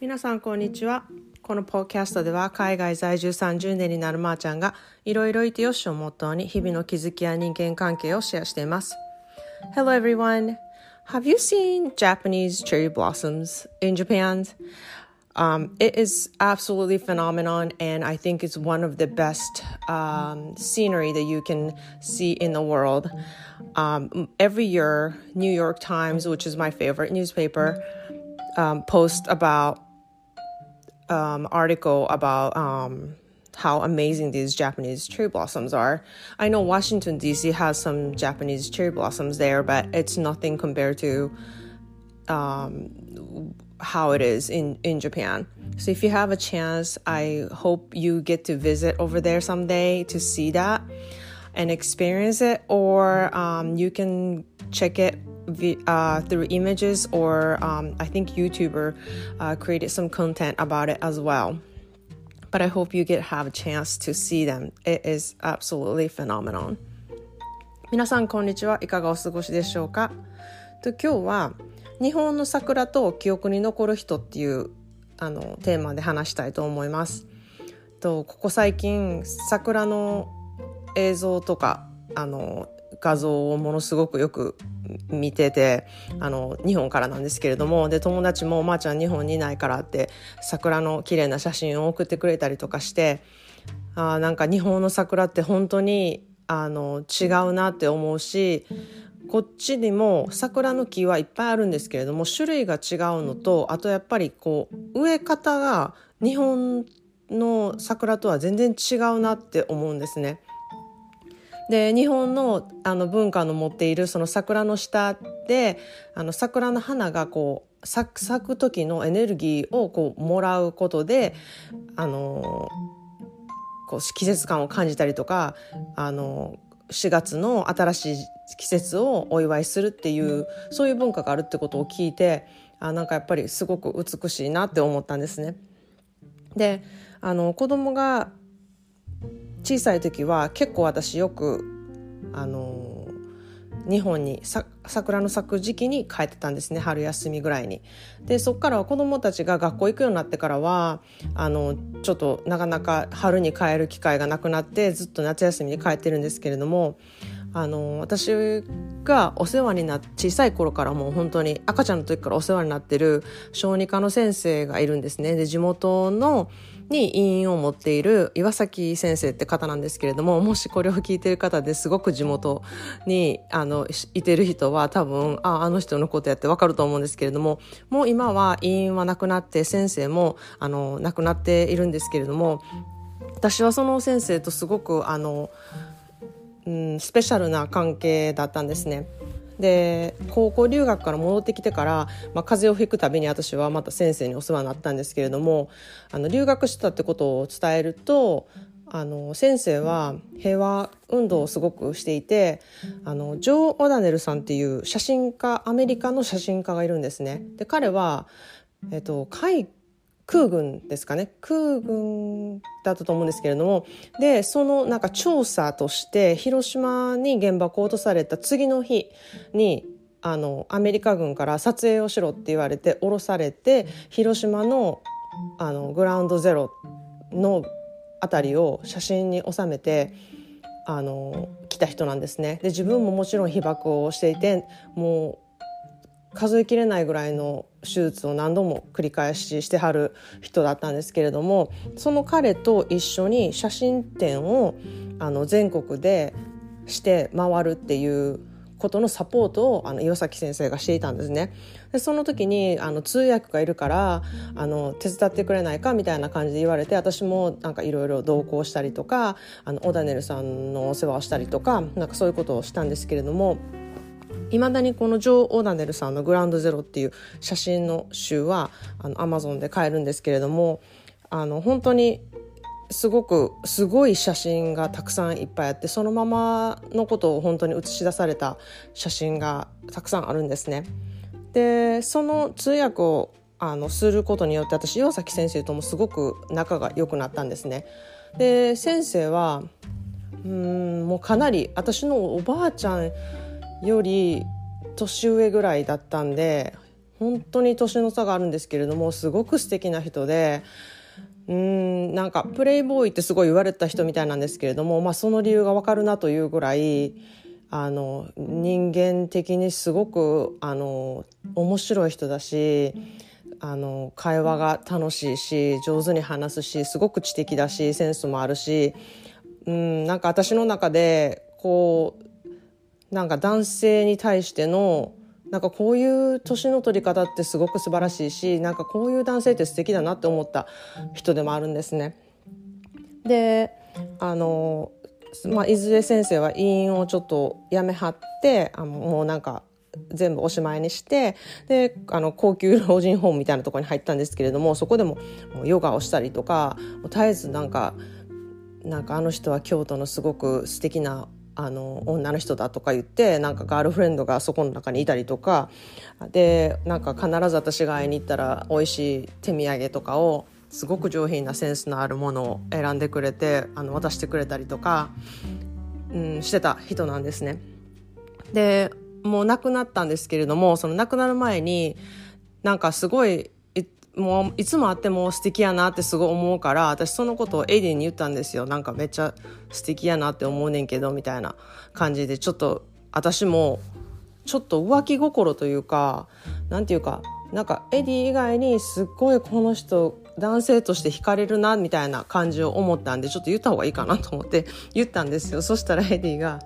皆さんこんにちは。このポッドキャストでは海外在住30年になるまーちゃんがいろいろいてよしをモットーに日々の気づきや人間関係をシェアしています。Hello everyone. Have you seen Japanese cherry blossoms in Japan? It is absolutely phenomenon, and I think it's one of the best scenery that you can see in the world. Every year, New York Times, which is my favorite newspaper, post about article about how amazing these Japanese cherry blossoms are. I know Washington, D.C. has some Japanese cherry blossoms there, but it's nothing compared to how it is in Japan. So if you have a chance, I hope you get to visit over there someday to see that and experience it, or you can check it through images, or I think YouTuber created some content about it as well. But I hope you have a chance to see them. It is absolutely phenomenal. 皆さんこんにちは。いかがお過ごしでしょうか。今日は日本の桜と記憶に残る人っていうテーマで話したいと思います。ここ最近桜の映像とか画像をものすごくよく見てて、日本からなんですけれども、で友達もまーちゃん日本にいないからって桜の綺麗な写真を送ってくれたりとかして、なんか日本の桜って本当に違うなって思うし、こっちにも桜の木はいっぱいあるんですけれども、種類が違うのと、あとやっぱり植え方が日本の桜とは全然違うなって思うんですね。で日本の文化の持っているその桜の下で桜の花が咲く時のエネルギーをもらうことで季節感を感じたりとか4月の新しい季節をお祝いするっていうそういう文化があるってことを聞いて、なんかやっぱりすごく美しいなって思ったんですね。で子供が小さい時は結構私よく日本に桜の咲く時期に帰ってたんですね、春休みぐらいに。でそっからは子供たちが学校行くようになってからはちょっとなかなか春に帰る機会がなくなってずっと夏休みに帰ってるんですけれども、私がお世話になって小さい頃からもう本当に赤ちゃんの時からお世話になってる小児科の先生がいるんですね。で地元に医院を持っている岩崎先生って方なんですけれども、もしこれを聞いている方ですごく地元にいてる人は多分あの人のことやってわかると思うんですけれども、もう今は医院はなくなって先生も亡くなっているんですけれども、私はその先生とすごくスペシャルな関係だったんですね。で高校留学から戻ってきてから、風邪をひくたびに私はまた先生にお世話になったんですけれども、留学してたってことを伝えると先生は平和運動をすごくしていて、ジョー・オダネルさんっていうアメリカの写真家がいるんですね。で彼は、空軍ですかね、空軍だったと思うんですけれども、でそのなんか調査として広島に原爆を落とされた次の日にアメリカ軍から撮影をしろって言われて降ろされて、広島のグラウンドゼロのあたりを写真に収めて来た人なんですね。で自分ももちろん被爆をしていて、もう数えきれないぐらいの手術を何度も繰り返ししてはる人だったんですけれども、その彼と一緒に写真展を全国でして回るっていうことのサポートを岩崎先生がしていたんですね。でその時に通訳がいるから手伝ってくれないかみたいな感じで言われて、私もなんかいろいろ同行したりとかオダネルさんのお世話をしたりとか、なんかそういうことをしたんですけれども、いまだにこのジョー・オダネルさんのグラウンドゼロっていう写真の集はAmazon で買えるんですけれども、本当にすごい写真がたくさんいっぱいあって、そのままのことを本当に映し出された写真がたくさんあるんですね。でその通訳をすることによって私岩崎先生ともすごく仲が良くなったんですね。で先生はもうかなり私のおばあちゃんより年上ぐらいだったんで、 本当に年の差があるんですけれども、すごく素敵な人で、なんかプレイボーイってすごい言われた人みたいなんですけれども、その理由がわかるなというぐらい人間的にすごく面白い人だし、会話が楽しいし上手に話すし、すごく知的だしセンスもあるし、なんか私の中でなんか男性に対してのなんかこういう年の取り方ってすごく素晴らしいし、なんかこういう男性って素敵だなって思った人でもあるんですね。でいずれ先生は医院をちょっと辞めはって、もうなんか全部おしまいにして、で高級老人ホームみたいなところに入ったんですけれども、そこでもヨガをしたりとか、絶えずなんかあの人は京都のすごく素敵な女の人だとか言って、なんかガールフレンドがそこの中にいたりとかで、なんか必ず私が会いに行ったら美味しい手土産とかをすごく上品なセンスのあるものを選んでくれて渡してくれたりとか、してた人なんですね。でもう亡くなったんですけれども、その亡くなる前になんかすごいもういつも会っても素敵やなってすごい思うから、私そのことをエディに言ったんですよ。なんかめっちゃ素敵やなって思うねんけどみたいな感じで、ちょっと私もちょっと浮気心というか、なんていうか、なんかエディ以外にすっごいこの人男性として惹かれるなみたいな感じを思ったんで、ちょっと言った方がいいかなと思って言ったんですよ。そしたらエディが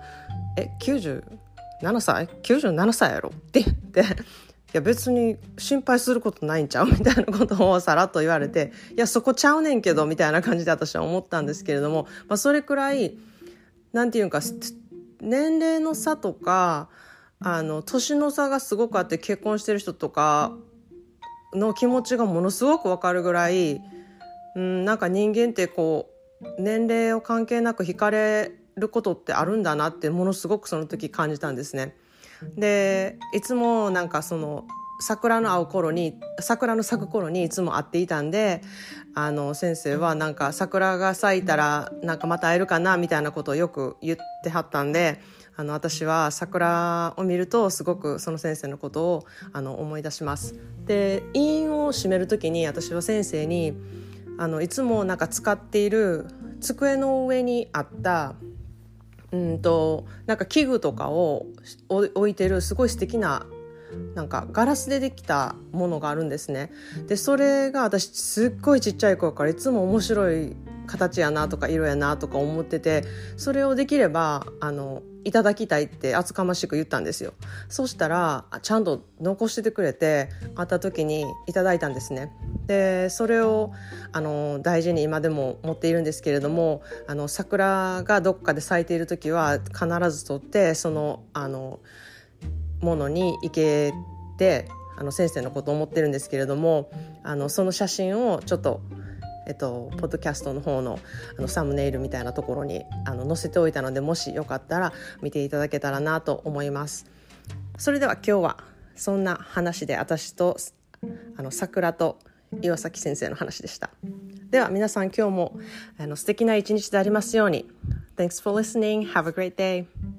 97歳やろって言って、いや別に心配することないんちゃうみたいなことをさらっと言われて、いやそこちゃうねんけどみたいな感じで私は思ったんですけれども、それくらいなんていうか年齢の差とか年の差がすごくあって、結婚してる人とかの気持ちがものすごくわかるぐらい、なんか人間って年齢を関係なく惹かれることってあるんだなってものすごくその時感じたんですね。でいつもなんかその桜の咲く頃にいつも会っていたんで、先生はなんか桜が咲いたらなんかまた会えるかなみたいなことをよく言ってはったんで、私は桜を見るとすごくその先生のことを思い出します。で医院を閉める時に私は先生にいつもなんか使っている机の上にあったなんか器具とかを置いてるすごい素敵ななんかガラスでできたものがあるんですね。でそれが私すっごいちっちゃい頃からいつも面白い形やなとか色やなとか思ってて、それをできればいただきたいって厚かましく言ったんですよ。そしたらちゃんと残しててくれて、会った時にいただいたんですね。でそれを大事に今でも持っているんですけれども、桜がどっかで咲いている時は必ず撮ってそのものに行けて先生のことを思ってるんですけれども、その写真をちょっとポッドキャストの方のサムネイルみたいなところに載せておいたので、もしよかったら見ていただけたらなと思います。それでは今日はそんな話で、私と桜と岩崎先生の話でした。では皆さん今日も素敵な一日でありますように。Thanks for listening. Have a great day.